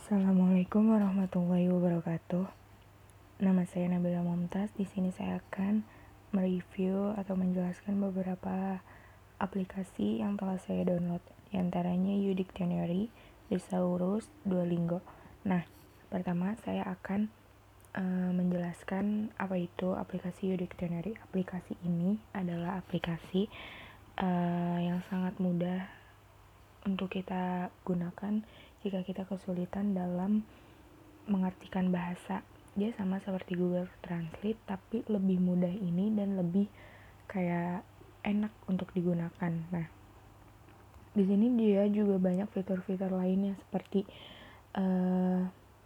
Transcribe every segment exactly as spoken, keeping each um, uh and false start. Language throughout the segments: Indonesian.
Assalamualaikum warahmatullahi wabarakatuh. Nama saya Nabila Momtaz. Di sini saya akan mereview atau menjelaskan beberapa aplikasi yang telah saya download. Di antaranya YouDictionary, Thesaurus, Duolingo. Nah, pertama saya akan uh, menjelaskan apa itu aplikasi YouDictionary. Aplikasi ini adalah aplikasi uh, yang sangat mudah untuk kita gunakan jika kita kesulitan dalam mengartikan bahasa. Dia sama seperti Google Translate tapi lebih mudah ini dan lebih kayak enak untuk digunakan. Nah, di sini dia juga banyak fitur-fitur lainnya seperti uh,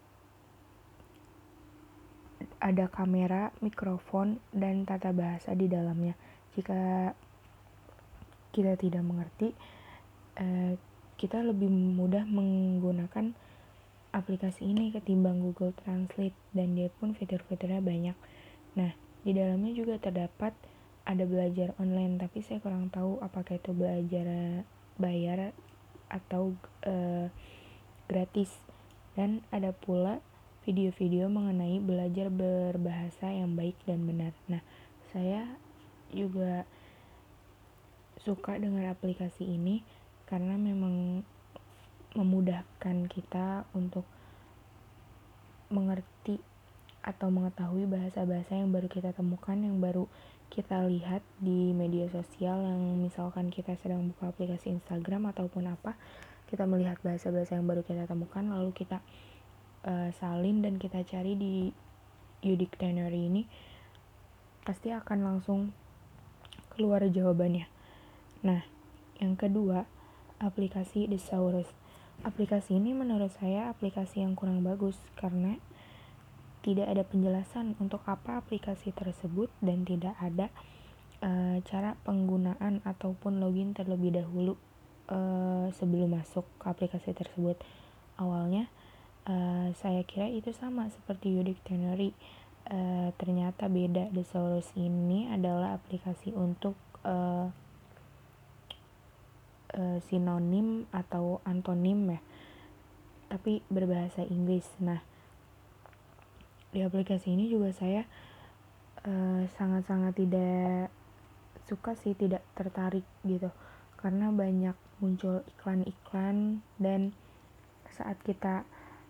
ada kamera, mikrofon, dan tata bahasa di dalamnya. Jika kita tidak mengerti, uh, kita lebih mudah menggunakan aplikasi ini ketimbang Google Translate, dan dia pun fitur-fiturnya banyak. Nah, di dalamnya juga terdapat ada belajar online, tapi saya kurang tahu apakah itu belajar bayar atau uh, gratis. Dan ada pula video-video mengenai belajar berbahasa yang baik dan benar. Nah, saya juga suka dengan aplikasi ini karena memang memudahkan kita untuk mengerti atau mengetahui bahasa-bahasa yang baru kita temukan, yang baru kita lihat di media sosial. Yang misalkan kita sedang buka aplikasi Instagram ataupun apa, kita melihat bahasa-bahasa yang baru kita temukan, lalu kita uh, salin dan kita cari di YouDictionary ini, pasti akan langsung keluar jawabannya. Nah, yang kedua, aplikasi Thesaurus. Aplikasi ini menurut saya aplikasi yang kurang bagus karena tidak ada penjelasan untuk apa aplikasi tersebut dan tidak ada uh, cara penggunaan ataupun login terlebih dahulu uh, sebelum masuk ke aplikasi tersebut. Awalnya uh, saya kira itu sama seperti YouDictionary, uh, ternyata beda. Thesaurus ini adalah aplikasi untuk uh, uh, sinonim atau antonim ya, tapi berbahasa Inggris. Nah, di aplikasi ini juga saya uh, sangat-sangat tidak suka sih, tidak tertarik gitu, karena banyak muncul iklan-iklan, dan saat kita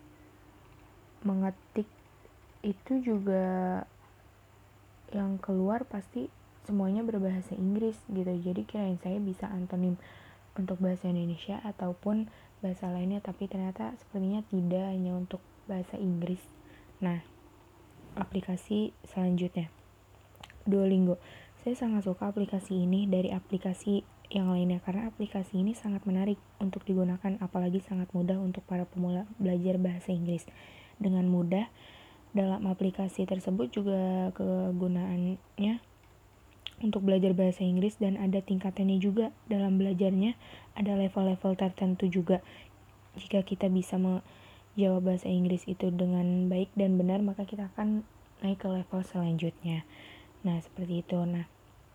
mengetik itu juga yang keluar pasti semuanya berbahasa Inggris gitu. Jadi kirain saya bisa antonim untuk bahasa Indonesia ataupun bahasa lainnya, tapi ternyata sepertinya tidak, hanya untuk bahasa Inggris. Nah, aplikasi selanjutnya Duolingo. Saya sangat suka aplikasi ini dari aplikasi yang lainnya karena aplikasi ini sangat menarik untuk digunakan, apalagi sangat mudah untuk para pemula belajar bahasa Inggris. Dengan mudah dalam aplikasi tersebut juga kegunaannya untuk belajar bahasa Inggris, dan ada tingkatannya juga dalam belajarnya, ada level-level tertentu juga. Jika kita bisa menjawab bahasa Inggris itu dengan baik dan benar, maka kita akan naik ke level selanjutnya. Nah, seperti itu. Nah,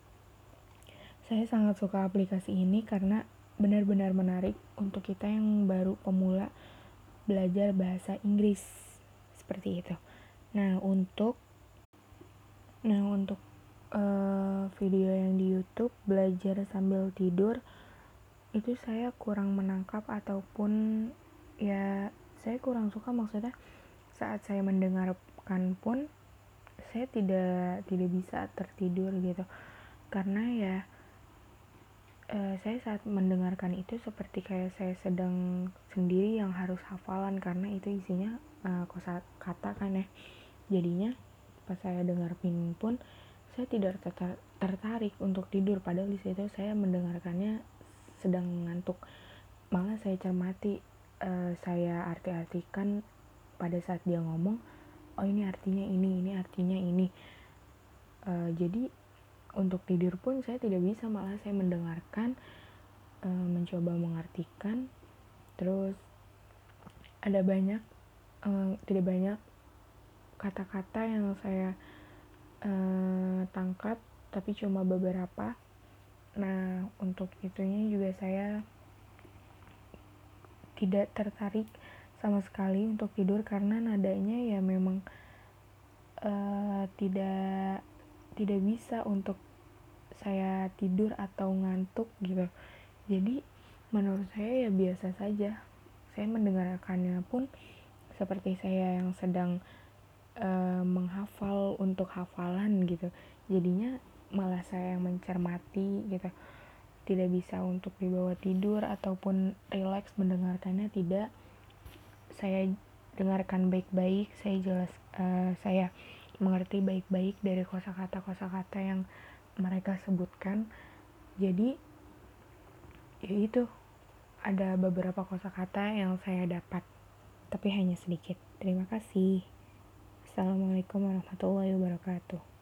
saya sangat suka aplikasi ini karena benar-benar menarik untuk kita yang baru pemula belajar bahasa Inggris. Seperti itu. Nah, untuk Nah, untuk uh, video yang di YouTube belajar sambil tidur, itu saya kurang menangkap, ataupun ya saya kurang suka. Maksudnya saat saya mendengarkan pun saya tidak tidak bisa tertidur gitu, karena ya uh, saya saat mendengarkan itu seperti kayak saya sedang sendiri yang harus hafalan, karena itu isinya uh, kosakata kan ya. Jadinya pas saya dengerin pun saya tidak tertarik untuk tidur, padahal di situ saya mendengarkannya sedang ngantuk. Malah saya cermati, uh, saya arti-artikan pada saat dia ngomong, oh ini artinya ini, ini artinya ini. Uh, jadi untuk tidur pun saya tidak bisa, malah saya mendengarkan, uh, mencoba mengartikan. Terus ada banyak, uh, tidak banyak kata-kata yang saya uh, tangkap, tapi cuma beberapa. Nah, untuk itunya juga saya tidak tertarik sama sekali untuk tidur karena nadanya ya memang uh, tidak tidak bisa untuk saya tidur atau ngantuk gitu. Jadi menurut saya ya biasa saja. Saya mendengarkannya pun seperti saya yang sedang uh, menghafal untuk hafalan gitu. Jadinya malah saya yang mencermati gitu. Tidak bisa untuk dibawa tidur ataupun rileks mendengarkannya, tidak. Saya dengarkan baik-baik, saya jelas uh, saya mengerti baik-baik dari kosakata-kosakata yang mereka sebutkan. Jadi ya itu, ada beberapa kosakata yang saya dapat, tapi hanya sedikit. Terima kasih. Assalamualaikum warahmatullahi wabarakatuh.